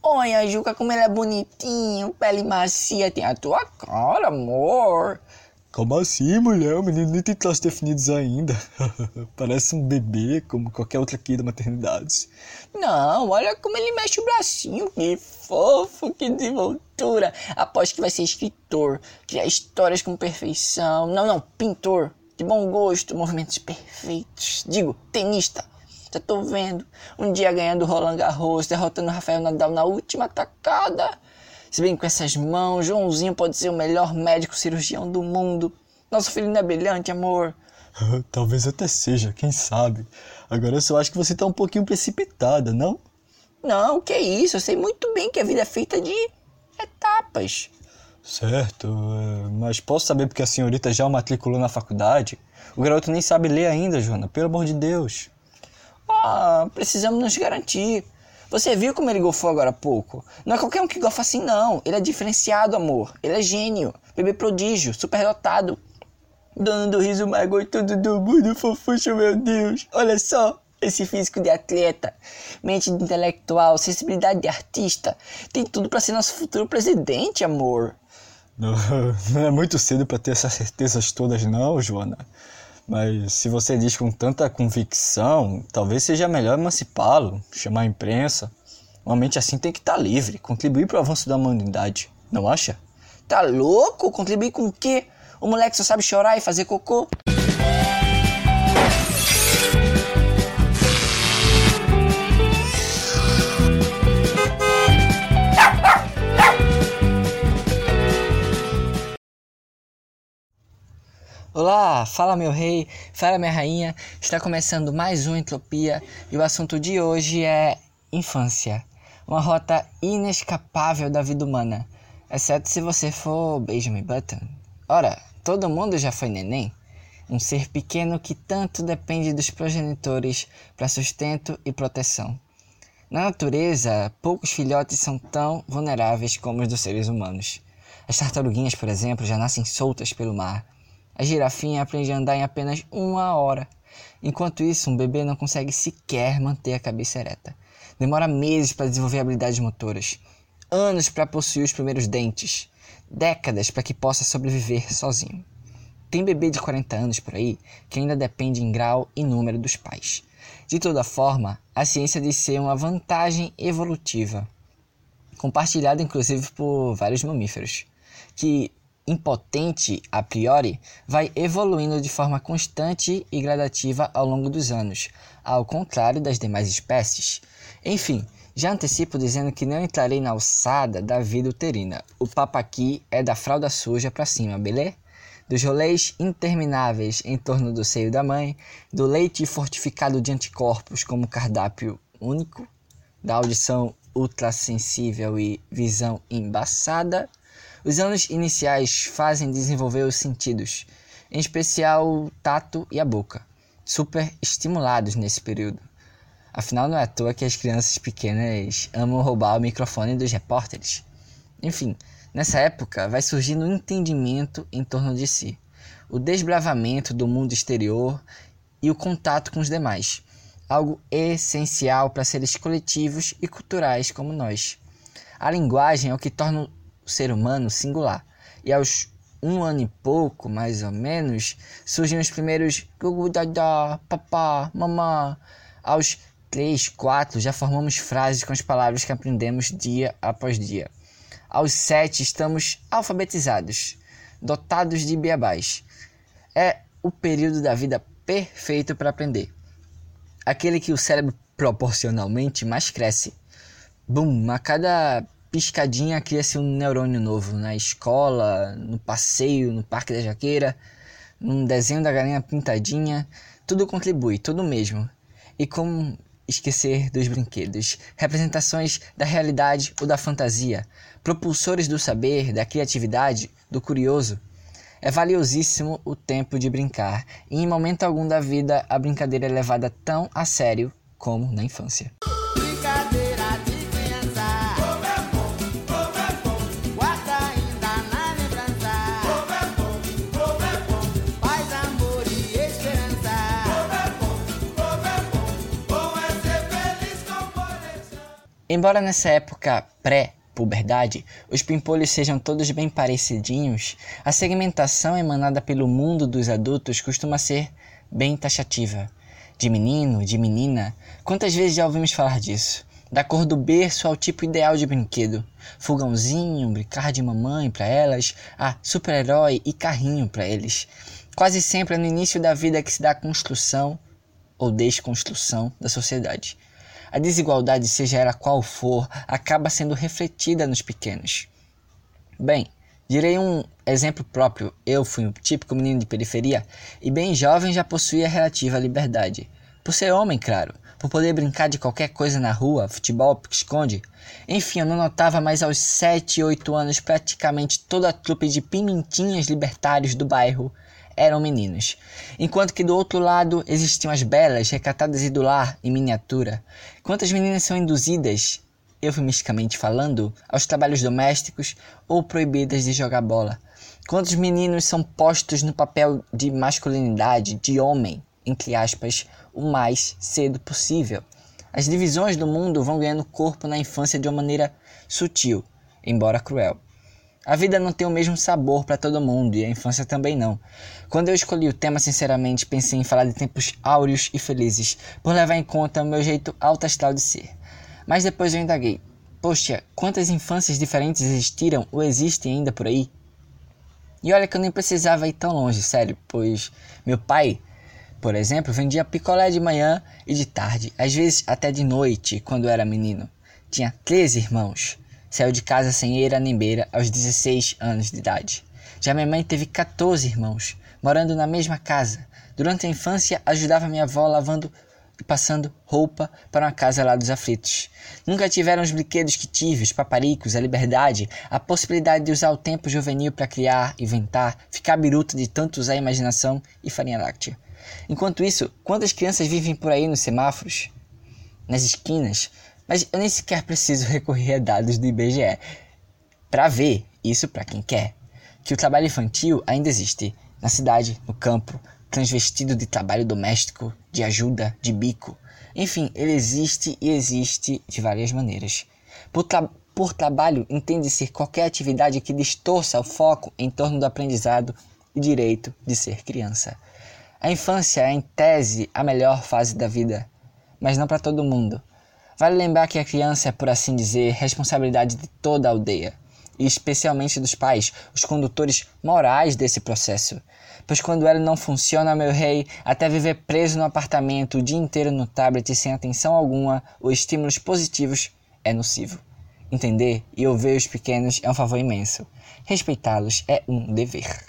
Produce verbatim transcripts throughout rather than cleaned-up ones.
Olha, Juca, como ele é bonitinho, pele macia, tem a tua cara, amor. Como assim, mulher? O menino nem tem traços definidos ainda. Parece um bebê, como qualquer outra aqui da maternidade. Não, olha como ele mexe o bracinho, que fofo, que desenvoltura. Aposto que vai ser escritor, criar histórias com perfeição. Não, não, pintor, de bom gosto, movimentos perfeitos. Digo, tenista. Já tô vendo, um dia ganhando Roland Garros, derrotando Rafael Nadal na última tacada. Se bem com essas mãos, Joãozinho pode ser o melhor médico cirurgião do mundo. Nosso filho não é brilhante, amor? Talvez até seja, quem sabe. Agora eu só acho que você tá um pouquinho precipitada, não? Não, que isso, eu sei muito bem que a vida é feita de etapas. Certo, mas posso saber porque a senhorita já o matriculou na faculdade? O garoto nem sabe ler ainda, Joana, pelo amor de Deus. Ah, precisamos nos garantir. Você viu como ele golfou agora há pouco? Não é qualquer um que golfa assim, não. Ele é diferenciado, amor. Ele é gênio. Bebê prodígio, superdotado. Dono do riso mais gostoso do mundo, fofucho, meu Deus. Olha só, esse físico de atleta. Mente de intelectual, sensibilidade de artista. Tem tudo pra ser nosso futuro presidente, amor. Não, não é muito cedo pra ter essas certezas todas, não, Joana. Mas se você diz com tanta convicção, talvez seja melhor emancipá-lo, chamar a imprensa. Uma mente assim tem que estar livre, contribuir para o avanço da humanidade, não acha? Tá louco? Contribuir com o quê? O moleque só sabe chorar e fazer cocô. Olá, fala meu rei, fala minha rainha, está começando mais um Entropia e o assunto de hoje é infância, uma rota inescapável da vida humana, exceto se você for Benjamin Button. Ora, todo mundo já foi neném, um ser pequeno que tanto depende dos progenitores para sustento e proteção. Na natureza, poucos filhotes são tão vulneráveis como os dos seres humanos. As tartaruguinhas, por exemplo, já nascem soltas pelo mar. A girafinha aprende a andar em apenas uma hora. Enquanto isso, um bebê não consegue sequer manter a cabeça ereta. Demora meses para desenvolver habilidades motoras. Anos para possuir os primeiros dentes. Décadas para que possa sobreviver sozinho. Tem bebê de quarenta anos por aí que ainda depende em grau e número dos pais. De toda forma, a ciência diz ser uma vantagem evolutiva, compartilhada inclusive por vários mamíferos, que impotente a priori, vai evoluindo de forma constante e gradativa ao longo dos anos, ao contrário das demais espécies. Enfim, já antecipo dizendo que não entrarei na alçada da vida uterina. O papo aqui é da fralda suja pra cima, beleza? Dos rolês intermináveis em torno do seio da mãe, do leite fortificado de anticorpos como cardápio único, da audição ultrassensível e visão embaçada. Os anos iniciais fazem desenvolver os sentidos, em especial o tato e a boca, super estimulados nesse período. Afinal, não é à toa que as crianças pequenas amam roubar o microfone dos repórteres. Enfim, nessa época vai surgindo um entendimento em torno de si, o desbravamento do mundo exterior e o contato com os demais, algo essencial para seres coletivos e culturais como nós. A linguagem é o que torna o ser humano singular, e aos um ano e pouco, mais ou menos, surgem os primeiros gugu, dadá, papá, mamá. Aos três, quatro, já formamos frases com as palavras que aprendemos dia após dia. Aos sete, estamos alfabetizados, dotados de beabás. É o período da vida perfeito para aprender. Aquele que o cérebro proporcionalmente mais cresce. Bum, a cada piscadinha cria-se um neurônio novo, na escola, no passeio, no parque da jaqueira, num desenho da galinha pintadinha, tudo contribui, tudo mesmo. E como esquecer dos brinquedos, representações da realidade ou da fantasia, propulsores do saber, da criatividade, do curioso. É valiosíssimo o tempo de brincar, e em momento algum da vida a brincadeira é levada tão a sério como na infância. Embora nessa época pré-puberdade os pimpolhos sejam todos bem parecidinhos, a segmentação emanada pelo mundo dos adultos costuma ser bem taxativa. De menino, de menina, quantas vezes já ouvimos falar disso? Da cor do berço ao tipo ideal de brinquedo. Fogãozinho, brincar de mamãe para elas, ah, super-herói e carrinho para eles. Quase sempre é no início da vida que se dá a construção ou desconstrução da sociedade. A desigualdade, seja ela qual for, acaba sendo refletida nos pequenos. Bem, direi um exemplo próprio. Eu fui um típico menino de periferia e bem jovem já possuía relativa liberdade. Por ser homem, claro. Por poder brincar de qualquer coisa na rua, futebol, pique-esconde. Enfim, eu não notava mais aos sete, oito anos praticamente toda a trupe de pimentinhas libertários do bairro eram meninos. Enquanto que do outro lado existiam as belas, recatadas e do lar em miniatura. Quantas meninas são induzidas, eufemisticamente falando, aos trabalhos domésticos ou proibidas de jogar bola? Quantos meninos são postos no papel de masculinidade, de homem, entre aspas, o mais cedo possível? As divisões do mundo vão ganhando corpo na infância de uma maneira sutil, embora cruel. A vida não tem o mesmo sabor para todo mundo e a infância também não. Quando eu escolhi o tema, sinceramente, pensei em falar de tempos áureos e felizes, por levar em conta o meu jeito alto astral de ser. Mas depois eu indaguei. Poxa, quantas infâncias diferentes existiram ou existem ainda por aí? E olha que eu nem precisava ir tão longe, sério, pois meu pai, por exemplo, vendia picolé de manhã e de tarde, às vezes até de noite, quando eu era menino. Tinha treze irmãos. Saiu de casa sem eira nem beira aos dezesseis anos de idade. Já minha mãe teve quatorze irmãos, morando na mesma casa. Durante a infância, ajudava minha avó lavando e passando roupa para uma casa lá dos aflitos. Nunca tiveram os brinquedos que tive, os paparicos, a liberdade, a possibilidade de usar o tempo juvenil para criar, inventar, ficar biruta de tanto usar a imaginação e farinha láctea. Enquanto isso, quantas crianças vivem por aí nos semáforos, nas esquinas? Mas eu nem sequer preciso recorrer a dados do I B G E para ver, isso para quem quer, que o trabalho infantil ainda existe, na cidade, no campo, transvestido de trabalho doméstico, de ajuda, de bico. Enfim, ele existe e existe de várias maneiras. Por, tra- por trabalho, entende-se qualquer atividade que distorça o foco em torno do aprendizado e direito de ser criança. A infância é, em tese, a melhor fase da vida, mas não para todo mundo. Vale lembrar que a criança é, por assim dizer, responsabilidade de toda a aldeia, e especialmente dos pais, os condutores morais desse processo. Pois quando ela não funciona, meu rei, até viver preso no apartamento o dia inteiro no tablet sem atenção alguma ou estímulos positivos é nocivo. Entender e ouvir os pequenos é um favor imenso. Respeitá-los é um dever.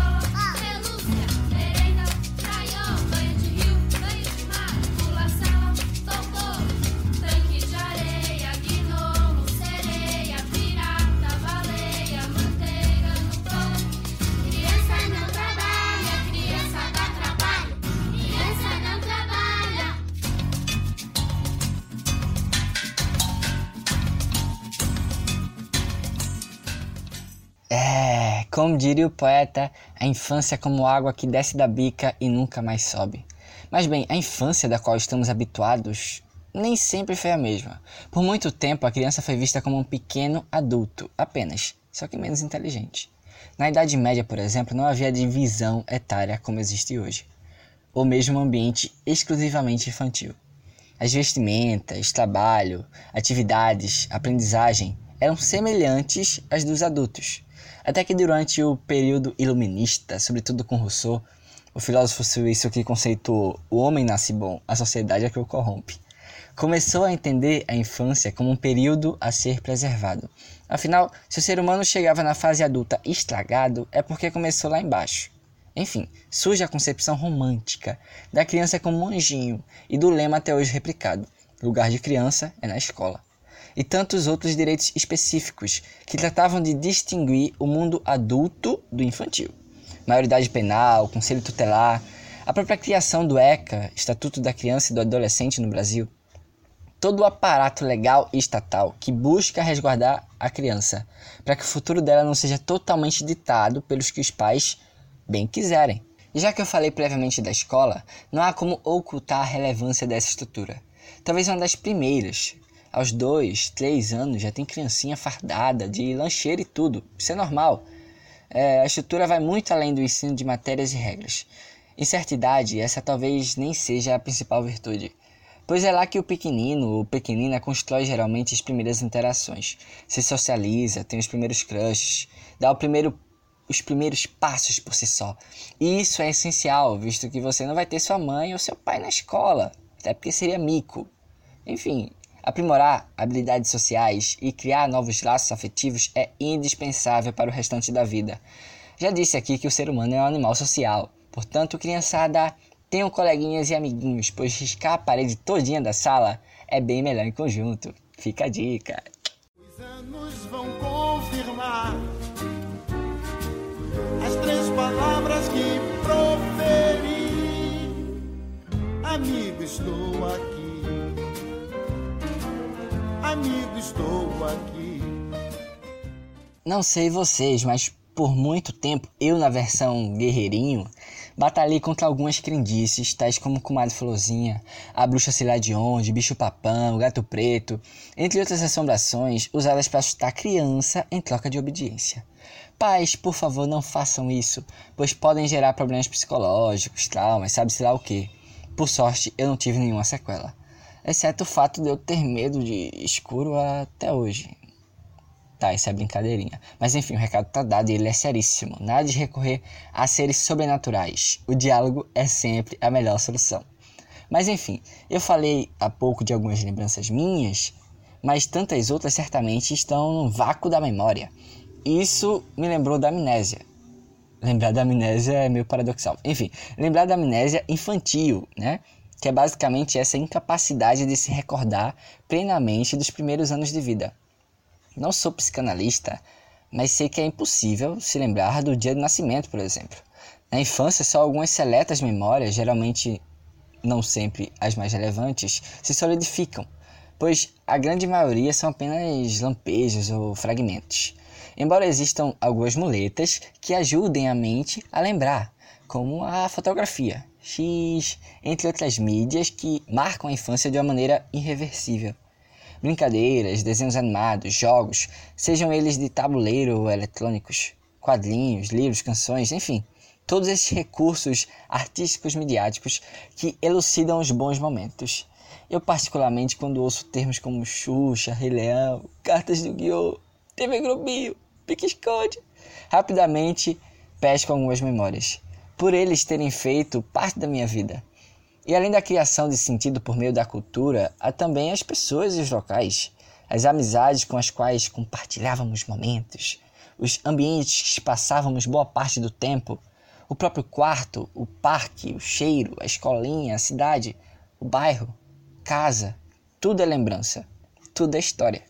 É, como diria o poeta, a infância é como água que desce da bica e nunca mais sobe. Mas bem, a infância da qual estamos habituados nem sempre foi a mesma. Por muito tempo a criança foi vista como um pequeno adulto, apenas, só que menos inteligente. Na Idade Média, por exemplo, não havia divisão etária como existe hoje, ou mesmo um ambiente exclusivamente infantil. As vestimentas, trabalho, atividades, aprendizagem eram semelhantes às dos adultos. Até que durante o período iluminista, sobretudo com Rousseau, o filósofo suíço que conceitou o homem nasce bom, a sociedade é que o corrompe, começou a entender a infância como um período a ser preservado. Afinal, se o ser humano chegava na fase adulta estragado, é porque começou lá embaixo. Enfim, surge a concepção romântica da criança como um anjinho e do lema até hoje replicado: lugar de criança é na escola. E tantos outros direitos específicos que tratavam de distinguir o mundo adulto do infantil. Maioridade penal, conselho tutelar, a própria criação do ECA, Estatuto da Criança e do Adolescente no Brasil. Todo o aparato legal e estatal que busca resguardar a criança, para que o futuro dela não seja totalmente ditado pelos que os pais bem quiserem. E já que eu falei previamente da escola, não há como ocultar a relevância dessa estrutura. Talvez uma das primeiras, Aos dois, três anos já tem criancinha fardada de lancheira e tudo. Isso é normal. É, a estrutura vai muito além do ensino de matérias e regras. Em certa idade, essa talvez nem seja a principal virtude, pois é lá que o pequenino ou pequenina constrói geralmente as primeiras interações, se socializa, tem os primeiros crushes, dá o primeiro, os primeiros passos por si só. E isso é essencial, visto que você não vai ter sua mãe ou seu pai na escola, até porque seria mico. Enfim, aprimorar habilidades sociais e criar novos laços afetivos é indispensável para o restante da vida. Já disse aqui que o ser humano é um animal social, portanto, criançada, tenham coleguinhas e amiguinhos, pois riscar a parede todinha da sala é bem melhor em conjunto. Fica a dica. Os anos vão confirmar as três palavras que proferi. Amigo, estou aqui. Amigo, estou aqui. Não sei vocês, mas por muito tempo, eu na versão guerreirinho, batalhei contra algumas crendices, tais como Comadre Florzinha, a Bruxa sei lá de onde, Bicho Papão, Gato Preto, entre outras assombrações usadas para assustar a criança em troca de obediência. Pais, por favor, não façam isso, pois podem gerar problemas psicológicos, traumas, sabe-se lá o que. Por sorte, eu não tive nenhuma sequela, exceto o fato de eu ter medo de escuro até hoje. Tá, isso é brincadeirinha. Mas enfim, o recado tá dado e ele é seríssimo. Nada de recorrer a seres sobrenaturais. O diálogo é sempre a melhor solução. Mas enfim, eu falei há pouco de algumas lembranças minhas, mas tantas outras certamente estão no vácuo da memória. Isso me lembrou da amnésia. Lembrar da amnésia é meio paradoxal. Enfim, lembrar da amnésia infantil, né? Que é basicamente essa incapacidade de se recordar plenamente dos primeiros anos de vida. Não sou psicanalista, mas sei que é impossível se lembrar do dia do nascimento, por exemplo. Na infância, só algumas seletas memórias, geralmente não sempre as mais relevantes, se solidificam, pois a grande maioria são apenas lampejos ou fragmentos. Embora existam algumas muletas que ajudem a mente a lembrar, como a fotografia, X, entre outras mídias que marcam a infância de uma maneira irreversível. Brincadeiras, desenhos animados, jogos, sejam eles de tabuleiro ou eletrônicos, quadrinhos, livros, canções, enfim, todos esses recursos artísticos midiáticos que elucidam os bons momentos. Eu particularmente, quando ouço termos como Xuxa, Rei Leão, Cartas do Yu-Gi-Oh!, T V Globinho, Pique-Esconde, rapidamente pesco algumas memórias, por eles terem feito parte da minha vida. E além da criação de sentido por meio da cultura, há também as pessoas e os locais, as amizades com as quais compartilhávamos momentos, os ambientes que passávamos boa parte do tempo, o próprio quarto, o parque, o cheiro, a escolinha, a cidade, o bairro, casa, tudo é lembrança, tudo é história.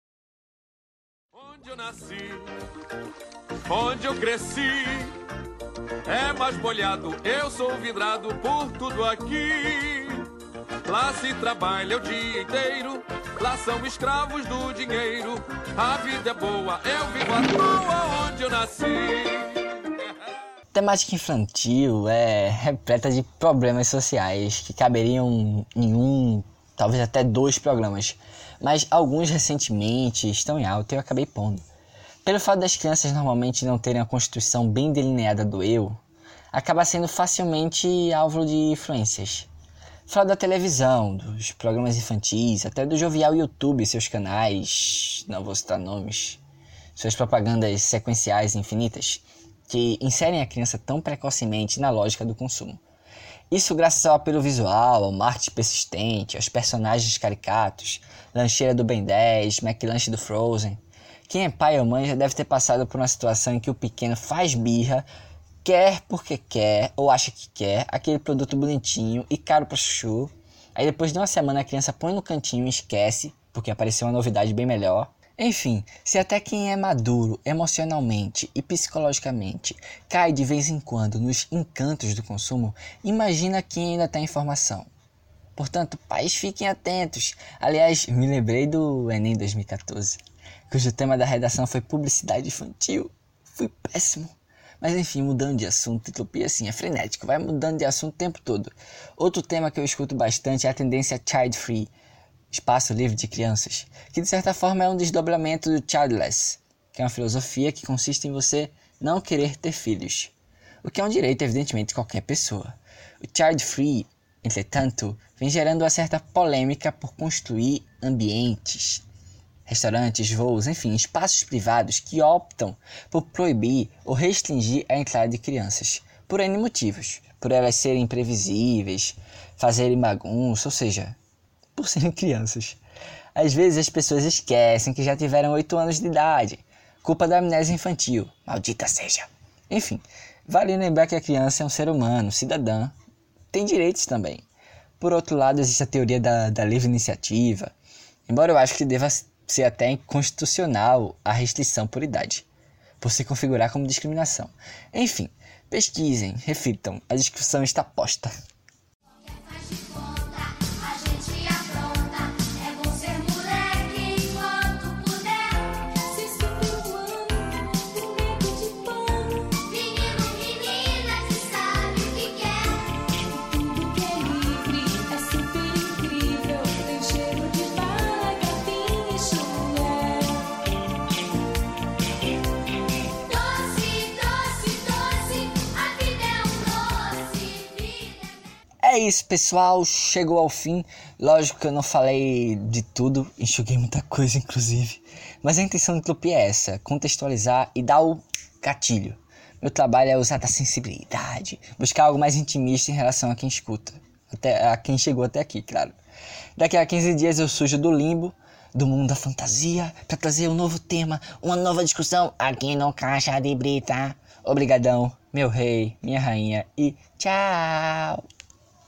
Onde eu nasci, onde eu cresci, é mais molhado, eu sou vidrado por tudo aqui. Lá se trabalha o dia inteiro, lá são escravos do dinheiro. A vida é boa, eu vivo à toa onde eu nasci. Temática infantil é repleta de problemas sociais que caberiam em um, talvez até dois programas, mas alguns recentemente estão em alta e eu acabei pondo. Pelo fato das crianças normalmente não terem a constituição bem delineada do eu, acaba sendo facilmente alvo de influências. Falo da televisão, dos programas infantis, até do jovial YouTube, seus canais, não vou citar nomes, suas propagandas sequenciais infinitas, que inserem a criança tão precocemente na lógica do consumo. Isso graças ao apelo visual, ao marketing persistente, aos personagens caricatos, lancheira do Ben dez, McLanche do Frozen. Quem é pai ou mãe já deve ter passado por uma situação em que o pequeno faz birra, quer porque quer ou acha que quer aquele produto bonitinho e caro para chuchu. Aí depois de uma semana a criança põe no cantinho e esquece, porque apareceu uma novidade bem melhor. Enfim, se até quem é maduro emocionalmente e psicologicamente cai de vez em quando nos encantos do consumo, imagina quem ainda está em formação. Portanto, pais, fiquem atentos. Aliás, me lembrei do Enem dois mil e quatorze, cujo tema da redação foi publicidade infantil. Fui péssimo. Mas enfim, mudando de assunto, Entropia assim é frenético, vai mudando de assunto o tempo todo. Outro tema que eu escuto bastante é a tendência child free. Espaço Livre de Crianças, que de certa forma é um desdobramento do Childless, que é uma filosofia que consiste em você não querer ter filhos, o que é um direito evidentemente de qualquer pessoa. O Child Free, entretanto, vem gerando uma certa polêmica por construir ambientes, restaurantes, voos, enfim, espaços privados que optam por proibir ou restringir a entrada de crianças, por N motivos, por elas serem imprevisíveis, fazerem bagunça, ou seja, por serem crianças. Às vezes as pessoas esquecem que já tiveram oito anos de idade, culpa da amnésia infantil, maldita seja. Enfim, vale lembrar que a criança é um ser humano, cidadã, tem direitos também. Por outro lado, existe a teoria da, da livre iniciativa, embora eu acho que deva ser até inconstitucional a restrição por idade, por se configurar como discriminação. Enfim, pesquisem, reflitam, a discussão está posta. É isso, pessoal, chegou ao fim. Lógico que eu não falei de tudo, enxuguei muita coisa, inclusive. Mas a intenção do Entropia é essa, contextualizar e dar o gatilho. Meu trabalho é usar da sensibilidade, buscar algo mais intimista em relação a quem escuta. Até, a quem chegou até aqui, claro. Daqui a quinze dias eu surjo do limbo, do mundo da fantasia, para trazer um novo tema, uma nova discussão aqui no Caixa de Brita. Obrigadão, meu rei, minha rainha, e tchau!